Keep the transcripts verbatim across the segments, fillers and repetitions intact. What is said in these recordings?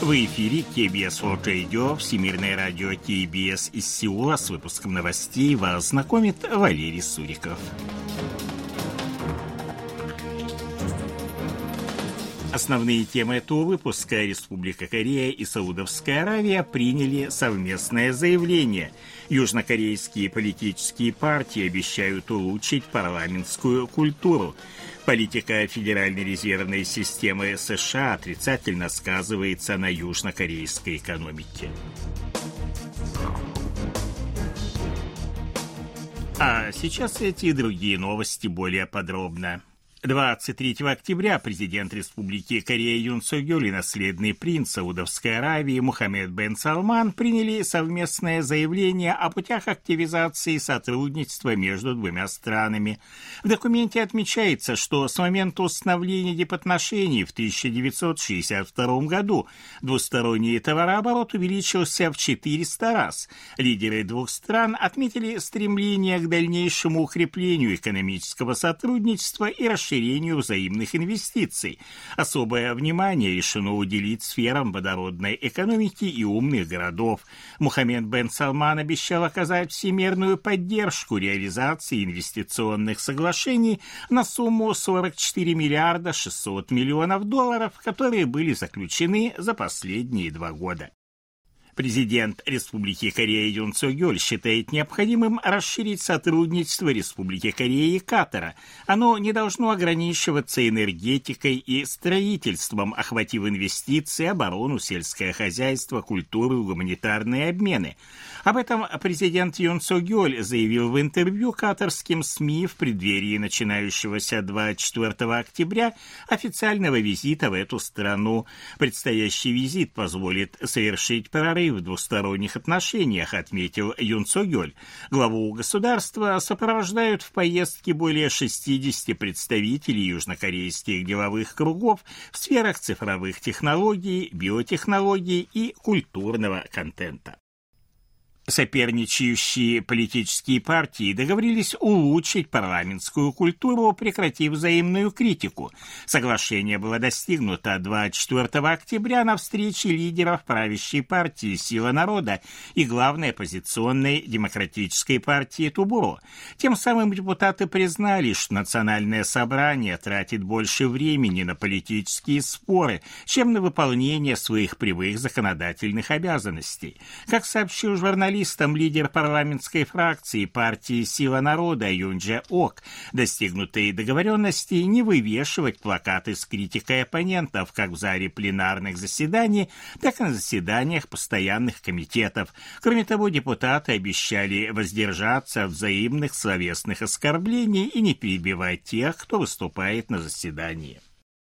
В эфире кей би эс World Radio, Всемирное радио кей би эс из Сеула. С выпуском новостей вас знакомит Валерий Суриков. Основные темы этого выпуска: Республика Корея и Саудовская Аравия приняли совместное заявление. Южнокорейские политические партии обещают улучшить парламентскую культуру. Политика Федеральной резервной системы США отрицательно сказывается на южнокорейской экономике. А сейчас эти и другие новости более подробно. двадцать третьего октября президент Республики Корея Юн Сок-Йоль и наследный принц Саудовской Аравии Мухаммед бен Салман приняли совместное заявление о путях активизации сотрудничества между двумя странами. В документе отмечается, что с момента установления дипотношений в тысяча девятьсот шестьдесят втором году двусторонний товарооборот увеличился в четыреста раз. Лидеры двух стран отметили стремление к дальнейшему укреплению экономического сотрудничества и расширению расширению взаимных инвестиций. Особое внимание решено уделить сферам водородной экономики и умных городов. Мухаммед бен Салман обещал оказать всемирную поддержку реализации инвестиционных соглашений на сумму сорок четыре миллиарда шестьсот миллионов долларов, которые были заключены за последние два года. Президент Республики Корея Юн Сок-Йоль считает необходимым расширить сотрудничество Республики Корея и Катара. Оно не должно ограничиваться энергетикой и строительством, охватив инвестиции, оборону, сельское хозяйство, культуру и гуманитарные обмены. Об этом президент Юн Сок-Йоль заявил в интервью катарским СМИ в преддверии начинающегося двадцать четвёртого октября официального визита в эту страну. Предстоящий визит позволит совершить прорыв в двусторонних отношениях, отметил Юн Сок-Йоль. Главу государства сопровождают в поездке более шестидесяти представителей южнокорейских деловых кругов в сферах цифровых технологий, биотехнологий и культурного контента. Соперничающие политические партии договорились улучшить парламентскую культуру, прекратив взаимную критику. Соглашение было достигнуто двадцать четвёртого октября на встрече лидеров правящей партии «Сила народа» и главной оппозиционной демократической партии «Тубуро». Тем самым депутаты признали, что Национальное собрание тратит больше времени на политические споры, чем на выполнение своих прямых законодательных обязанностей. Как сообщил журналист, лидер парламентской фракции партии «Сила народа» Юн Дже Ок, достигнутые договоренности не вывешивать плакаты с критикой оппонентов как в зале пленарных заседаний, так и на заседаниях постоянных комитетов. Кроме того, депутаты обещали воздержаться от взаимных словесных оскорблений и не перебивать тех, кто выступает на заседании.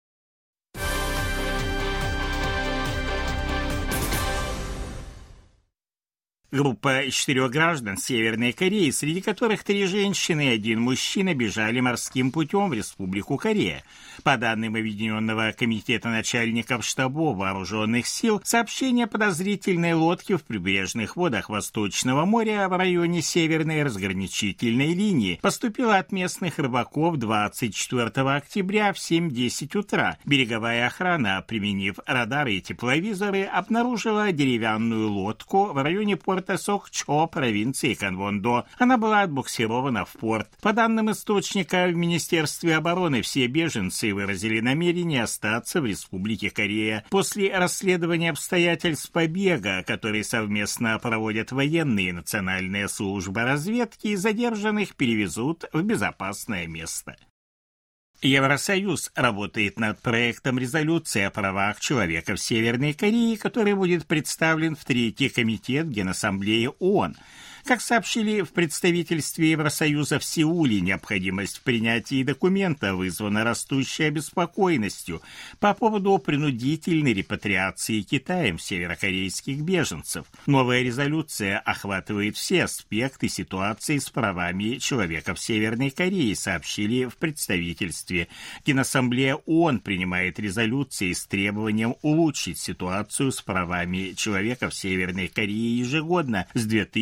Группа из четырех граждан Северной Кореи, среди которых три женщины и один мужчина, бежали морским путем в Республику Корея. По данным Объединенного комитета начальников штабов вооруженных сил, сообщение о подозрительной лодке в прибрежных водах Восточного моря в районе Северной разграничительной линии поступило от местных рыбаков двадцать четвёртого октября в семь-десять утра. Береговая охрана, применив радары и тепловизоры, обнаружила деревянную лодку в районе порта Сокчо, провинции Канвондо. Она была отбуксирована в порт. По данным источника в Министерстве обороны, все беженцы выразили намерение остаться в Республике Корея. После расследования обстоятельств побега, которые совместно проводят военные и национальная служба разведки, задержанных перевезут в безопасное место. Евросоюз работает над проектом резолюции о правах человека в Северной Корее, который будет представлен в Третий комитет Генассамблеи ООН. Как сообщили в представительстве Евросоюза в Сеуле, необходимость в принятии документа вызвана растущей обеспокоенностью по поводу принудительной репатриации Китаем северокорейских беженцев. Новая резолюция охватывает все аспекты ситуации с правами человека в Северной Корее, сообщили в представительстве. Генассамблея ООН принимает резолюции с требованием улучшить ситуацию с правами человека в Северной Корее ежегодно с две тысячи пятого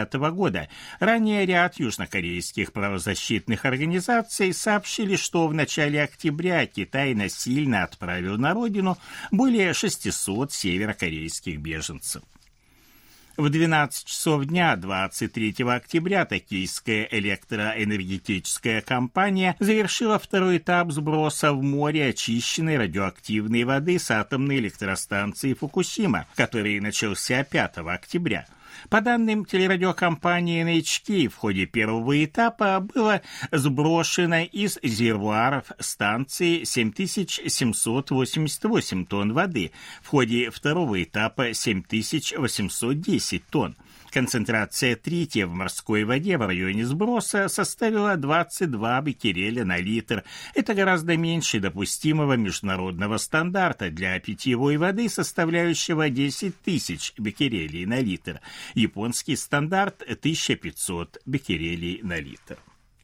десятого года. Ранее ряд южнокорейских правозащитных организаций сообщили, что в начале октября Китай насильно отправил на родину более шестисот северокорейских беженцев. В двенадцать часов дня двадцать третьего октября токийская электроэнергетическая компания завершила второй этап сброса в море очищенной радиоактивной воды с атомной электростанции Фукусима, который начался пятого октября. По данным телерадиокомпании эн эйч кей, в ходе первого этапа было сброшено из резервуаров станции семь тысяч семьсот восемьдесят восемь тонн воды, в ходе второго этапа семь тысяч восемьсот десять тонн. Концентрация трития в морской воде в районе сброса составила двадцать два беккереля на литр. Это гораздо меньше допустимого международного стандарта для питьевой воды, составляющего десять тысяч беккерелей на литр. Японский стандарт – тысяча пятьсот беккерелей на литр.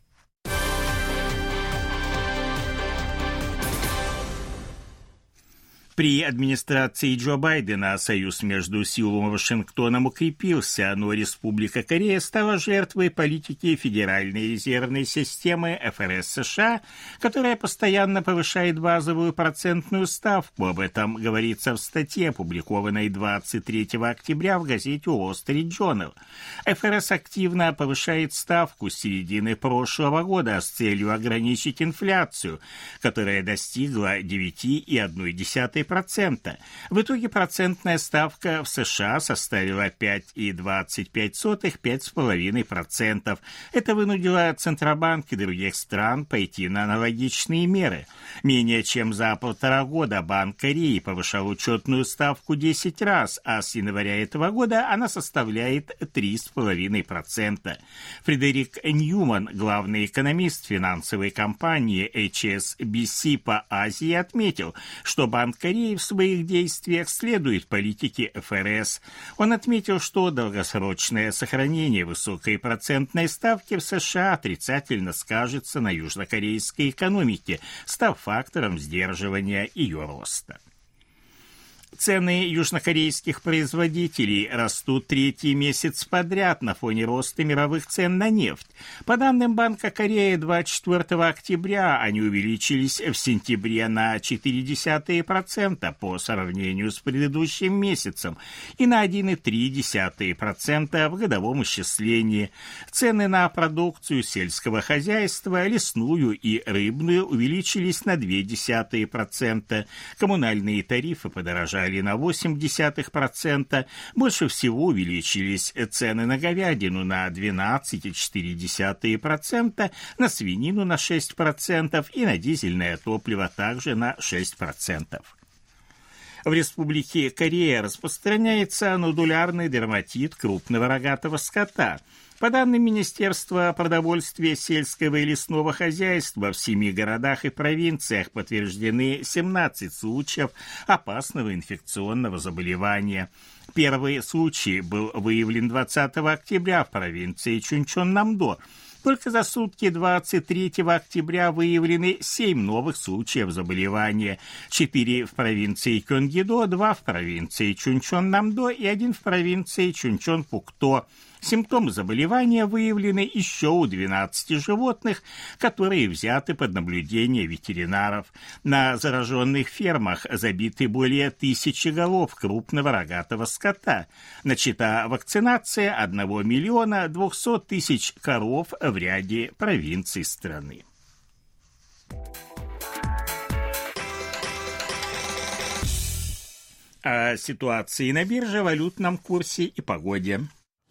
При администрации Джо Байдена союз между Сеулом и Вашингтоном укрепился, но Республика Корея стала жертвой политики Федеральной резервной системы эф эр эс США, которая постоянно повышает базовую процентную ставку. Об этом говорится в статье, опубликованной двадцать третьего октября в газете Wall Street Journal. эф эр эс активно повышает ставку с середины прошлого года с целью ограничить инфляцию, которая достигла девять целых одна десятая процента. В итоге процентная ставка в США составила пять целых двадцать пять сотых — пять целых пять десятых процента. Это вынудило Центробанк и других стран пойти на аналогичные меры. Менее чем за полтора года Банк Кореи повышал учетную ставку десять раз, а с января этого года она составляет три целых пять десятых процента. Фредерик Ньюман, главный экономист финансовой компании эйч эс би си по Азии, отметил, что Банк Кореи в своих действиях следует политике эф эр эс. Он отметил, что долгосрочное сохранение высокой процентной ставки в США отрицательно скажется на южнокорейской экономике, став фактором сдерживания ее роста. Цены южнокорейских производителей растут третий месяц подряд на фоне роста мировых цен на нефть. По данным Банка Кореи, двадцать четвёртого октября они увеличились в сентябре на четыре десятых процента по сравнению с предыдущим месяцем и на один целых три десятых процента в годовом исчислении. Цены на продукцию сельского хозяйства, лесную и рыбную увеличились на два десятых процента. Коммунальные тарифы подорожали на восемь десятых процента. Больше всего увеличились цены на говядину на двенадцать целых четыре десятых процента, на свинину на шесть процентов и на дизельное топливо также на шесть процентов. В Республике Корея распространяется нодулярный дерматит крупного рогатого скота. По данным Министерства продовольствия, сельского и лесного хозяйства, в семи городах и провинциях подтверждены семнадцать случаев опасного инфекционного заболевания. Первый случай был выявлен двадцатого октября в провинции Чунчон-Намдо. Только за сутки двадцать третьего октября выявлены семь новых случаев заболевания. четыре в провинции Кёнгидо, два в провинции Чунчон-Намдо и один в провинции Чунчон-Пукто. Симптомы заболевания выявлены еще у двенадцати животных, которые взяты под наблюдение ветеринаров. На зараженных фермах забиты более тысячи голов крупного рогатого скота. Начата вакцинация одного миллиона двухсот тысяч коров в ряде провинций страны. О ситуации на бирже, валютном курсе и погоде.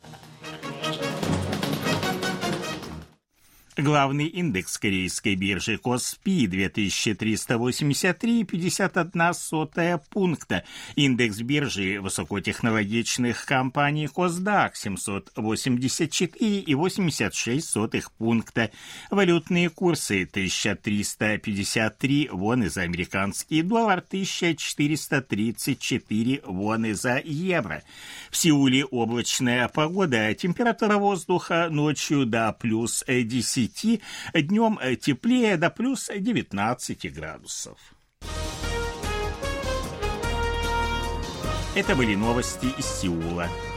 Главный индекс корейской биржи Коспи две тысячи триста восемьдесят три целых пятьдесят одна сотая пункта. Индекс биржи высокотехнологичных компаний Косдак семьсот восемьдесят четыре целых восемьдесят шесть сотых пункта. Валютные курсы: тысяча триста пятьдесят три воны за американский доллар, тысяча четыреста тридцать четыре воны за евро. В Сеуле облачная погода, температура воздуха ночью до плюс десять, днем теплее до плюс девятнадцати градусов. Это были новости из Сеула.